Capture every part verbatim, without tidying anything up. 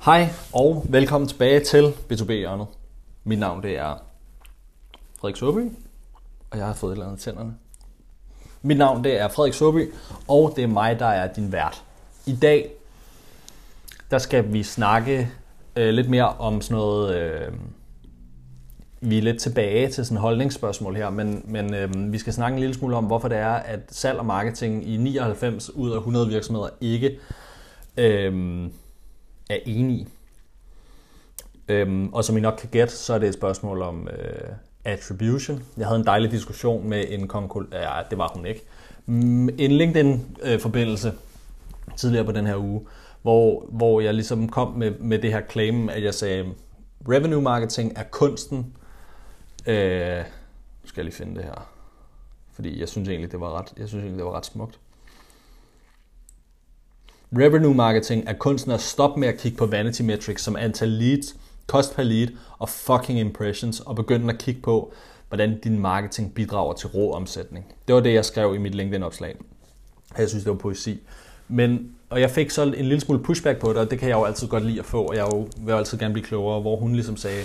Hej og velkommen tilbage til B to B-hjørnet. Mit navn det er Frederik Søby, og jeg har fået et eller andet i tænderne. Mit navn det er Frederik Søby, og det er mig, der er din vært. I dag der skal vi snakke øh, lidt mere om sådan noget... Øh, vi er lidt tilbage til sådan et holdningsspørgsmål her, men, men øh, vi skal snakke en lille smule om, hvorfor det er, at salg og marketing i nioghalvfems ud af hundrede virksomheder ikke øh, er enige. Øhm, og som I nok kan gætte, så er det et spørgsmål om øh, attribution. Jeg havde en dejlig diskussion med en konkol... Ja, det var hun ikke. Mm, en LinkedIn-forbindelse tidligere på den her uge, hvor, hvor jeg ligesom kom med, med det her claim, at jeg sagde, revenue marketing er kunsten. Øh, nu skal jeg lige finde det her. Fordi jeg synes egentlig, det var ret, jeg synes egentlig, det var ret smukt. Revenue marketing er kunsten at stoppe med at kigge på vanity metrics som antal leads, cost per lead og fucking impressions, og begynde at kigge på, hvordan din marketing bidrager til rå omsætning. Det var det, jeg skrev i mit LinkedIn-opslag. Jeg synes, det var poesi. Men, og jeg fik så en lille smule pushback på det, og det kan jeg jo altid godt lide at få, og jeg jo, vil jo altid gerne blive klogere, hvor hun ligesom sagde,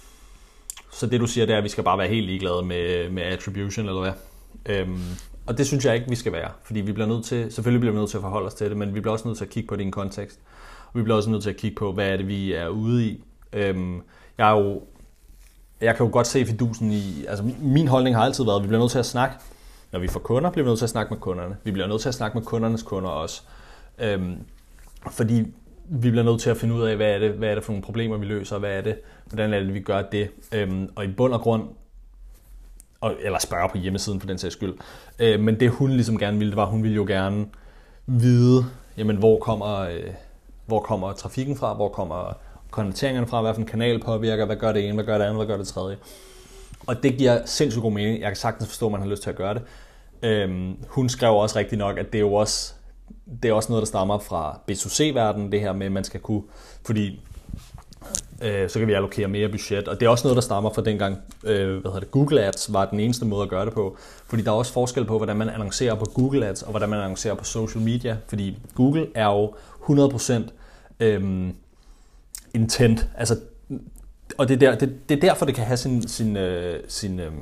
så det du siger, det er, at vi skal bare være helt ligeglade med, med attribution, eller hvad? Øhm, Og det synes jeg ikke, vi skal være, fordi vi bliver nødt til, selvfølgelig bliver vi nødt til at forholde os til det, men vi bliver også nødt til at kigge på det i en kontekst. Og vi bliver også nødt til at kigge på, hvad er det, vi er ude i. Øhm, jeg, er jo, jeg kan jo godt se fidusen i, altså min holdning har altid været, at vi bliver nødt til at snakke, når vi får kunder, bliver vi nødt til at snakke med kunderne. Vi bliver nødt til at snakke med kundernes kunder også. Øhm, fordi vi bliver nødt til at finde ud af, hvad er det, hvad er det for nogle problemer, vi løser, og hvad er det, hvordan er det, vi gør det. Øhm, og i bund og grund, eller spørge på hjemmesiden for den sags skyld. Øh, men det hun ligesom gerne ville, det var, hun ville jo gerne vide, jamen hvor kommer, øh, hvor kommer trafikken fra, hvor kommer konverteringerne fra, hvad for en kanal påvirker, hvad gør det ene, hvad gør det andet, hvad gør det tredje. Og det giver sindssygt god mening. Jeg kan sagtens forstå, at man har lyst til at gøre det. Øh, hun skrev også rigtig nok, at det er jo også, det er også noget, der stammer fra B to C-verdenen, det her med, at man skal kunne, fordi så kan vi allokere mere budget. Og det er også noget, der stammer fra dengang øh, hvad hedder det, Google Ads var den eneste måde at gøre det på. Fordi der er også forskel på, hvordan man annoncerer på Google Ads, og hvordan man annoncerer på social media. Fordi Google er jo hundrede procent øh, intent. Altså, og det er, der, det, det er derfor, det kan have sin, sin, øh, sin, øh,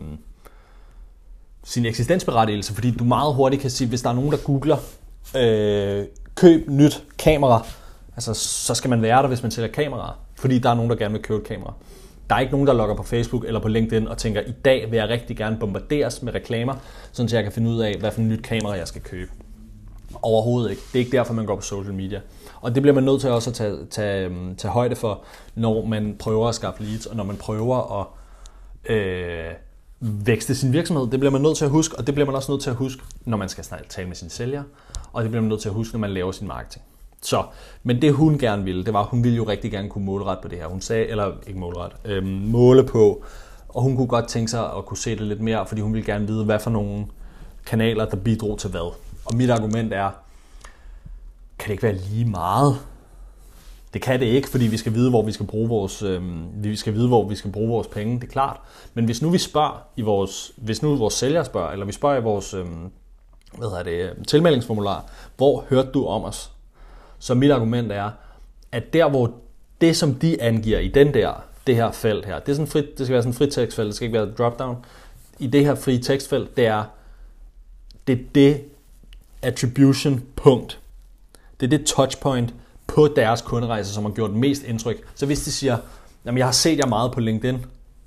sin eksistensberettigelse. Fordi du meget hurtigt kan sige, hvis der er nogen, der googler øh, køb nyt kamera, altså, så skal man være der, hvis man sælger kameraer. Fordi der er nogen, der gerne vil købe et kamera. Der er ikke nogen, der logger på Facebook eller på LinkedIn og tænker, i dag vil jeg rigtig gerne bombarderes med reklamer, sådan så jeg kan finde ud af, hvad for et nyt kamera jeg skal købe. Overhovedet ikke. Det er ikke derfor, man går på social media. Og det bliver man nødt til også at tage, tage, tage højde for, når man prøver at skaffe leads, og når man prøver at øh, vækste sin virksomhed. Det bliver man nødt til at huske, og det bliver man også nødt til at huske, når man skal tale med sine sælgere, og det bliver man nødt til at huske, når man laver sin marketing. Så, men det hun gerne ville, det var, at hun ville jo rigtig gerne kunne målrette på det her. Hun sagde, eller ikke målrette, øh, måle på, og hun kunne godt tænke sig at kunne se det lidt mere, fordi hun ville gerne vide, hvad for nogle kanaler, der bidrog til hvad. Og mit argument er, kan det ikke være lige meget? Det kan det ikke, fordi vi skal vide, hvor vi skal bruge vores, øh, vi skal vide, hvor vi skal bruge vores penge, det er klart. Men hvis nu vi spørger i vores, hvis nu vores sælger spørger, eller vi spørger i vores, øh, hvad hedder det, tilmeldingsformular, hvor hørte du om os? Så mit argument er, at der hvor det som de angiver i den der, det her felt her, det, er sådan frit, det skal være sådan et frit tekstfelt, det skal ikke være et dropdown. I det her frie tekstfelt, det er det, er det attribution punkt. Det er det touchpoint på deres kunderejse, som har gjort mest indtryk. Så hvis de siger, jamen jeg har set jer meget på LinkedIn,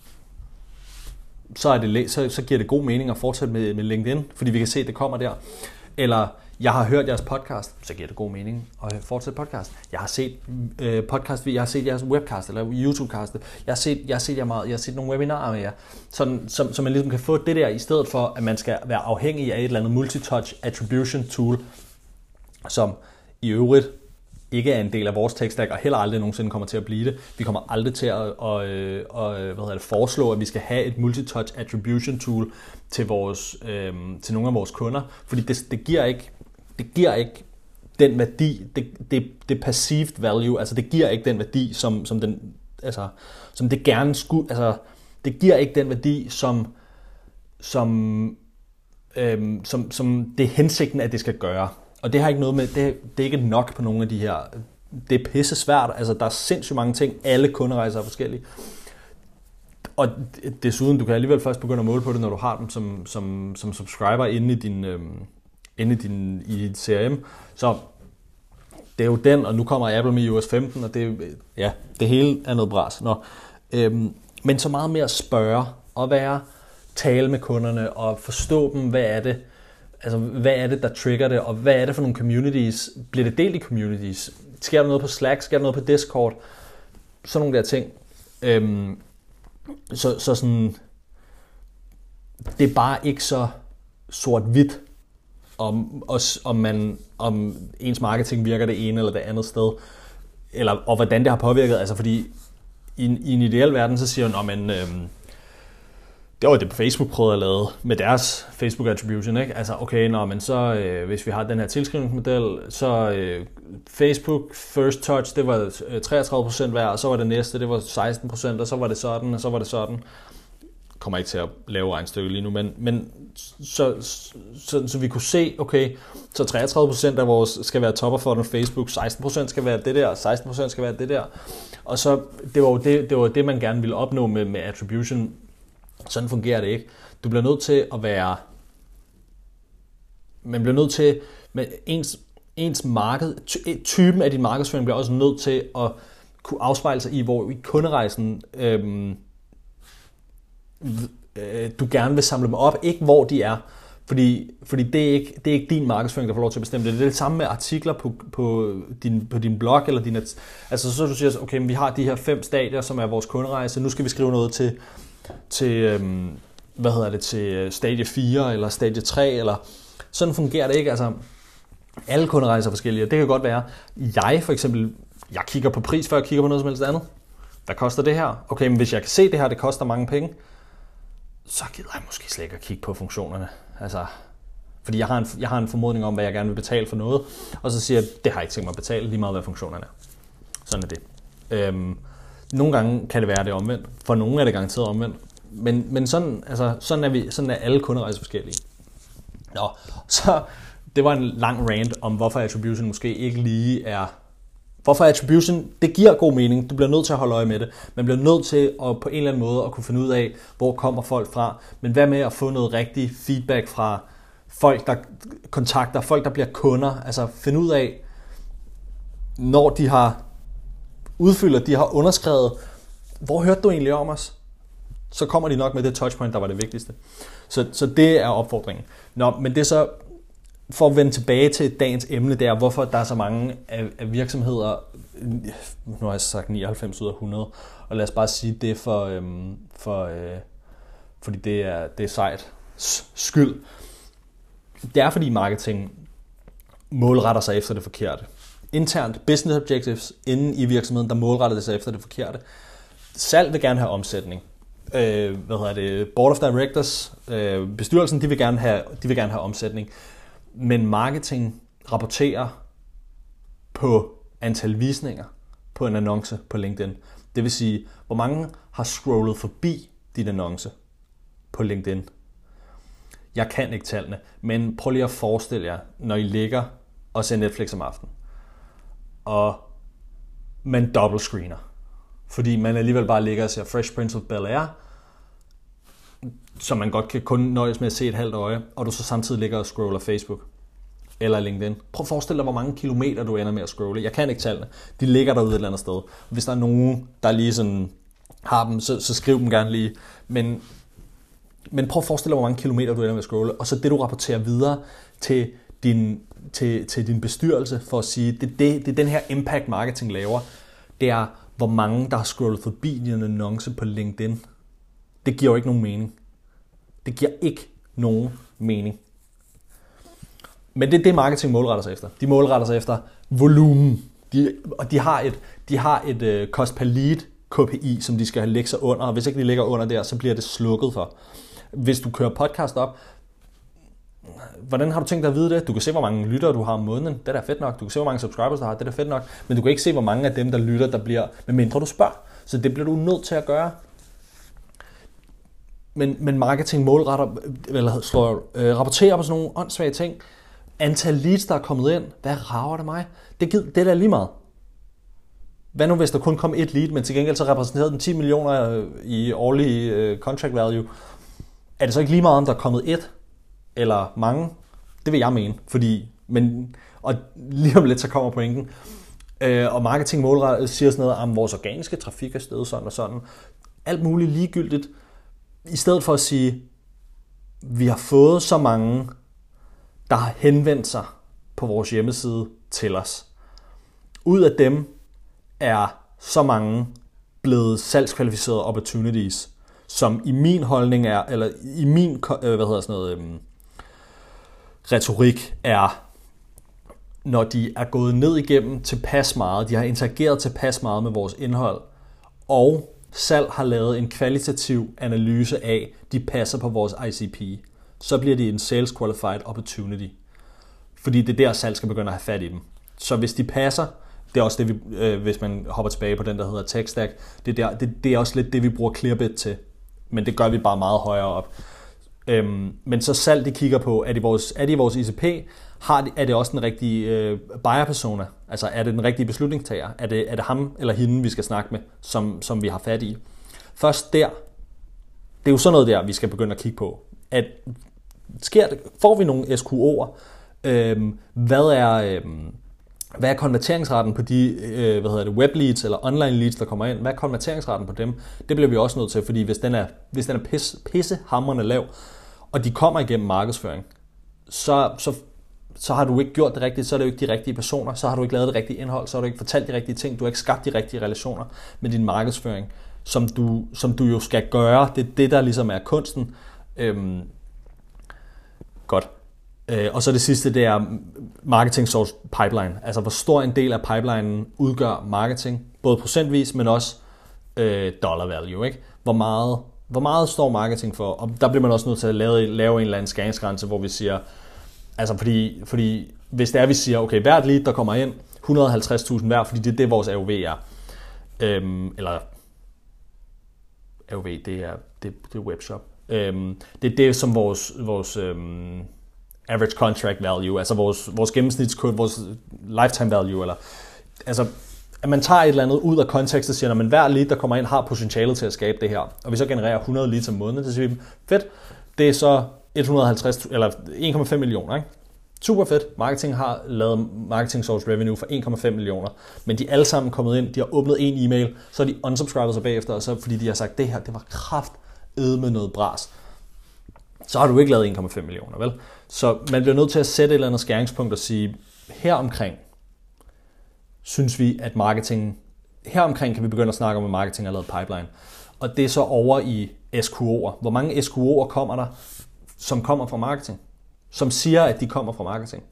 så, er det, så, så giver det god mening at fortsætte med, med LinkedIn, fordi vi kan se, at det kommer der. Eller jeg har hørt jeres podcast, så giver det god mening at fortsætte podcast. Jeg har set øh, podcast, jeg har set jeres webcast eller YouTubecast. Jeg har set, jeg har set jer meget, jeg har set nogle webinarer med jer, sådan, så, så man ligesom kan få det der i stedet for, at man skal være afhængig af et eller andet multitouch attribution tool, som i øvrigt ikke er en del af vores tech stack, og heller aldrig nogensinde kommer til at blive det. Vi kommer aldrig til at, at, at, at hvad hedder det, foreslå, at vi skal have et multitouch attribution tool til, vores, øh, til nogle af vores kunder, fordi det, det giver ikke det giver ikke den værdi, det, det, det perceived value, altså det giver ikke den værdi, som, som, den, altså, som det gerne skulle, altså det giver ikke den værdi, som, som, øhm, som, som det er hensigten, at det skal gøre. Og det har ikke noget med, det, det er ikke nok på nogle af de her det er pisse svært. Altså, der er sindssygt mange ting. Alle kunderejser er forskellige. Og desuden, du kan alligevel først begynde at måle på det, når du har dem som, som, som subscriber inde i din, øhm, inde i din i C R M. Så det er jo den, og nu kommer Apple med i O S femten, og det, ja, det hele er noget bras. Nå, øhm, men så meget mere at spørge og være, tale med kunderne og forstå dem, hvad er det, altså hvad er det, der trigger det, og hvad er det for nogle communities? Bliver det delt i communities? Sker der noget på Slack? Sker der noget på Discord? Sådan nogle der ting. Øhm, så, så sådan, det er bare ikke så sort-hvidt, om, om, man, om ens marketing virker det ene eller det andet sted, eller, og hvordan det har påvirket. Altså fordi i, i en ideel verden, så siger man, men øhm, det var det på Facebook prøvede at lave med deres Facebook attribution, ikke? Altså okay, nå, men så øh, hvis vi har den her tilskrivningsmodel, så øh, Facebook first touch, det var treogtredive procent værd, og så var det næste, det var seksten procent, og så var det sådan, og så var det sådan. Kommer ikke til at lave regnstykke lige nu, men, men så, så, så vi kunne se, okay, så treogtredive procent af vores skal være top of funnel Facebook, seksten procent skal være det der, seksten procent skal være det der, og så det var jo det, det, var det man gerne ville opnå med, med attribution. Sådan fungerer det ikke. Du bliver nødt til at være, man bliver nødt til, med ens, ens marked, typen af din markedsføring bliver også nødt til at kunne afspejle sig i, hvor i kunderejsen øhm, du gerne vil samle dem op, ikke hvor de er, fordi, fordi det, er ikke, det er ikke din markedsføring, der får lov til at bestemme det. Det er det samme med artikler på, på, din, på din blog, eller din, altså så du siger, okay, vi har de her fem stadier, som er vores kunderejse, nu skal vi skrive noget til, til øhm, hvad hedder det, til stadie fire, eller stadie tre, eller sådan fungerer det ikke, altså alle kunderejser er forskellige, det kan godt være, jeg for eksempel, jeg kigger på pris, før jeg kigger på noget som helst andet. Hvad koster det her? Okay, men hvis jeg kan se det her, det koster mange penge, så gider jeg måske slet ikke at kigge på funktionerne. Altså, fordi jeg har, en, jeg har en formodning om, hvad jeg gerne vil betale for noget, og så siger jeg, det har jeg ikke tænkt mig at betale, lige meget hvad funktionerne er. Sådan er det. Øhm, nogle gange kan det være det omvendt, for nogle er det garanteret omvendt, men, men sådan, altså, sådan, er vi, sådan er alle kunderejser forskellige. Nå, så det var en lang rant om, hvorfor attribution måske ikke lige er... Hvorfor attribution, det giver god mening. Du bliver nødt til at holde øje med det. Man bliver nødt til at på en eller anden måde at kunne finde ud af, hvor kommer folk fra. Men hvad med at få noget rigtig feedback fra folk, der kontakter, folk, der bliver kunder. Altså finde ud af, når de har udfyldt, de har underskrevet, hvor hørte du egentlig om os? Så kommer de nok med det touchpoint, der var det vigtigste. Så, så det er opfordringen. Nå, men det er så... For at vende tilbage til dagens emne, der hvorfor der er så mange af, af virksomheder, nu har jeg sagt nioghalvfems ud af hundrede, og lad os bare sige det for, øhm, for øh, fordi det er, det er sejt skyld. Det er fordi marketing målretter sig efter det forkerte. Internt business objectives inden i virksomheden, der målretter det sig efter det forkerte. Salg vil gerne have omsætning. Øh, hvad hedder det? Board of Directors, øh, bestyrelsen, de vil gerne have, de vil gerne have omsætning. Men marketing rapporterer på antal visninger på en annonce på LinkedIn. Det vil sige, hvor mange har scrollet forbi din annonce på LinkedIn. Jeg kan ikke tallene, men prøv lige at forestille jer, når I ligger og ser Netflix om aftenen, og man double screener, fordi man alligevel bare ligger og ser Fresh Prince of Bel-Air, så man godt kan kun nøjes med at se et halvt øje, og du så samtidig ligger og scroller Facebook eller LinkedIn. Prøv at forestille dig, hvor mange kilometer du ender med at scrolle. Jeg kan ikke tallene. De ligger derude et eller andet sted. Hvis der er nogen, der lige sådan har dem, så, så skriv dem gerne lige. Men, men prøv at forestille dig, hvor mange kilometer du ender med at scrolle, og så det, du rapporterer videre til din, til, til din bestyrelse for at sige, det, det, det er den her impact marketing laver, det er, hvor mange, der har scrollet forbi din annonce på LinkedIn. Det giver jo ikke nogen mening. Det giver ikke nogen mening. Men det er det, marketing målretter sig efter. De målretter sig efter volumen. De, og de har et, de har et uh, cost per lead K P I, som de skal lægge sig under. Og hvis ikke de ligger under der, så bliver det slukket for. Hvis du kører podcast op, hvordan har du tænkt dig at vide det? Du kan se, hvor mange lyttere du har om måneden. Det er da fedt nok. Du kan se, hvor mange subscribers du har. Det er da fedt nok. Men du kan ikke se, hvor mange af dem, der lytter, der bliver, medmindre du spørger. Så det bliver du nødt til at gøre. Men, men marketing målretter, eller slår, øh, rapporterer på sådan nogle åndssvage ting. Antal leads, der er kommet ind, hvad rager det mig? Det, det er da lige meget. Hvad nu, hvis der kun kom et lead, men til gengæld så repræsenterede den ti millioner i årlig uh, contract value? Er det så ikke lige meget, om der er kommet et eller mange? Det vil jeg mene, fordi, men, og lige om lidt så kommer pointen. Uh, og marketing målrettet siger sådan noget om, vores organiske trafik er steget sådan og sådan. Alt muligt ligegyldigt. I stedet for at sige, vi har fået så mange, der har henvendt sig på vores hjemmeside til os. Ud af dem er så mange blevet salgskvalificerede opportunities, som i min holdning er, eller i min hvad hedder sådan noget, øhm, retorik er, når de er gået ned igennem tilpas meget, de har interageret tilpas meget med vores indhold, og salg har lavet en kvalitativ analyse af, de passer på vores I C P, så bliver de en sales qualified opportunity. Fordi det er der, salg skal begynde at have fat i dem. Så hvis de passer, det er også det, vi, øh, hvis man hopper tilbage på den, der hedder tech stack, det, der, det, det er også lidt det, vi bruger Clearbit til. Men det gør vi bare meget højere op. Øhm, men så salg, de kigger på, er det vores, er det vores I C P? Har de, er det også den rigtige øh, buyer-persona? Altså er det den rigtige beslutningstager? Er det, er det ham eller hende, vi skal snakke med, som, som vi har fat i? Først der, det er jo sådan noget der, vi skal begynde at kigge på. At, sker det, får vi nogle S Q O'er? Øhm, hvad er... Øhm, Hvad er konverteringsraten på de øh, hvad hedder det, web leads eller online leads, der kommer ind? Hvad er konverteringsraten på dem? Det bliver vi også nødt til, fordi hvis den er, hvis den er pisse, pissehamrende lav, og de kommer igennem markedsføring, så, så, så har du ikke gjort det rigtigt, så er det jo ikke de rigtige personer, så har du ikke lavet det rigtige indhold, så har du ikke fortalt de rigtige ting, du har ikke skabt de rigtige relationer med din markedsføring, som du, som du jo skal gøre. Det er det, der ligesom er kunsten. Øhm, godt. Og så det sidste, det er marketing source pipeline. Altså hvor stor en del af pipelinen udgør marketing, både procentvis, men også øh, dollar value. Ikke? Hvor, meget, hvor meget står marketing for? Og der bliver man også nødt til at lave, lave en eller anden skæringsgrænse, hvor vi siger, altså fordi, fordi hvis det er, vi siger, okay, hvert lead, der kommer ind, et hundrede og halvtreds tusind hver, fordi det er det, vores A O V er. Øhm, eller A O V, det er, det, det er webshop. Øhm, det er det, som vores... vores øhm, average contract value, altså vores, vores gennemsnitskode, vores lifetime value, eller altså, at man tager et eller andet ud af kontekst og siger, at hver lead, der kommer ind, har potentiale til at skabe det her, og vi så genererer hundrede leads om måneden, så siger vi, fedt, det er så et hundrede og halvtreds, eller en komma fem millioner, ikke? Super fedt, marketing har lavet marketing source revenue for en komma fem millioner, men de er alle sammen kommet ind, de har åbnet en e-mail, så er de unsubscribet sig bagefter, og så fordi de har sagt, det her, det var kraftedme noget bras. Så har du ikke lavet en komma fem millioner, vel? Så man bliver nødt til at sætte et eller andet skæringspunkt og sige, her omkring synes vi, at marketing, her omkring kan vi begynde at snakke om, at marketing har lavet pipeline. Og det er så over i S Q O'er. Hvor mange S Q O'er kommer der, som kommer fra marketing? Som siger, at de kommer fra marketing?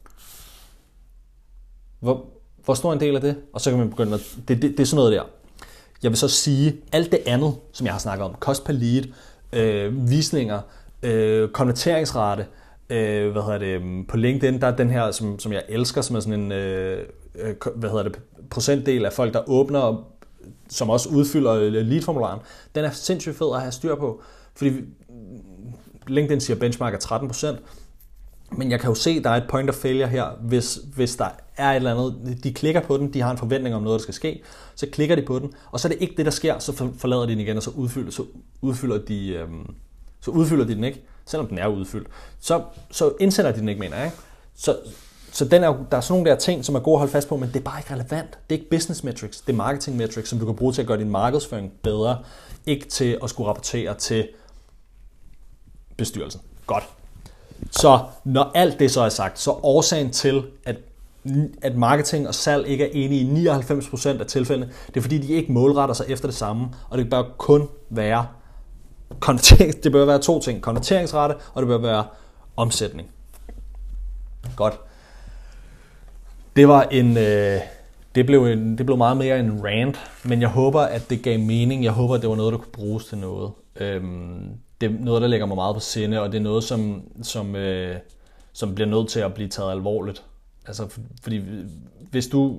Hvor, hvor stor en del af det? Og så kan man begynde at, det, det, det er sådan noget der. Jeg vil så sige, alt det andet, som jeg har snakket om, kost per lead, øh, visninger, øh, konverteringsrate, Øh, hvad hedder det, på LinkedIn, der er den her, som, som jeg elsker, som er sådan en øh, hvad hedder det, procentdel af folk, der åbner, som også udfylder lead-formularen. Den er sindssygt fed at have styr på, fordi LinkedIn siger benchmark er tretten procent, men jeg kan jo se, at der er et point of failure her, hvis, hvis der er et eller andet, de klikker på den, de har en forventning om noget, der skal ske, så klikker de på den, og så er det ikke det, der sker, så forlader de den igen, og så udfylder, så udfylder de, øh, så udfylder de den ikke, selvom den er udfyldt, så, så indsender de den ikke, mener jeg. Ikke? Så, så den er, der er sådan nogle der ting, som er gode at holde fast på, men det er bare ikke relevant. Det er ikke business metrics, det er marketing metrics, som du kan bruge til at gøre din markedsføring bedre, ikke til at skulle rapportere til bestyrelsen. Godt. Så når alt det så er sagt, så årsagen til, at, at marketing og salg ikke er enige i nioghalvfems procent af tilfældene, det er fordi, de ikke målretter sig efter det samme, og det bør kun være det bør være to ting, konverteringsrate, og det bør være omsætning. Godt. Det var en, øh, det blev en, det blev meget mere en rant, men jeg håber, at det gav mening. Jeg håber, at det var noget, der kunne bruges til noget. Øhm, det er noget, der ligger mig meget på sinde, og det er noget, som, som, øh, som bliver nødt til at blive taget alvorligt. Altså, for, fordi hvis du,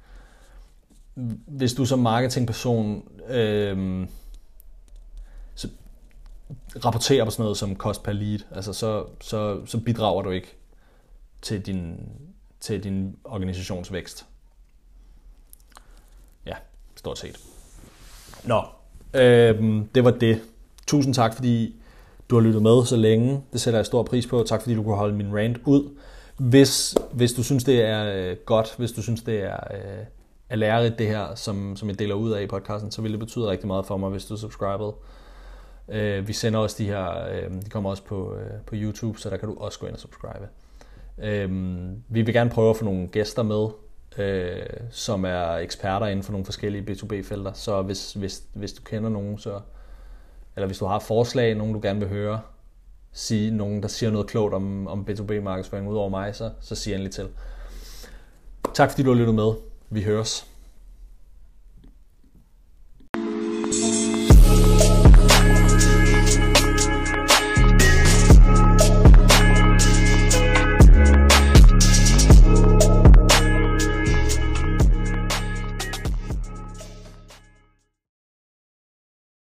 hvis du som marketingperson øh, så rapporterer på sådan noget som cost per lead, altså så, så, så bidrager du ikke til din, til din organisationsvækst. Ja, stort set. Nå, øh, det var det. Tusind tak, fordi du har lyttet med så længe. Det sætter jeg stor pris på. Tak, fordi du kunne holde min rant ud. Hvis, hvis du synes, det er øh, godt, hvis du synes, det er, øh, er lærerigt, det her, som, som jeg deler ud af i podcasten, så vil det betyde rigtig meget for mig, hvis du er subscribet. Øh, vi sender også de her, øh, de kommer også på, øh, på YouTube, så der kan du også gå ind og subscribe. Øh, vi vil gerne prøve at få nogle gæster med, øh, som er eksperter inden for nogle forskellige B to B-felter. Så hvis, hvis, hvis du kender nogen, så, eller hvis du har forslag, nogen du gerne vil høre, sige nogen, der siger noget klogt om, om B to B-markedsføring ud over mig, så, så sig endelig til. Tak fordi du har lyttet med. Vi høres.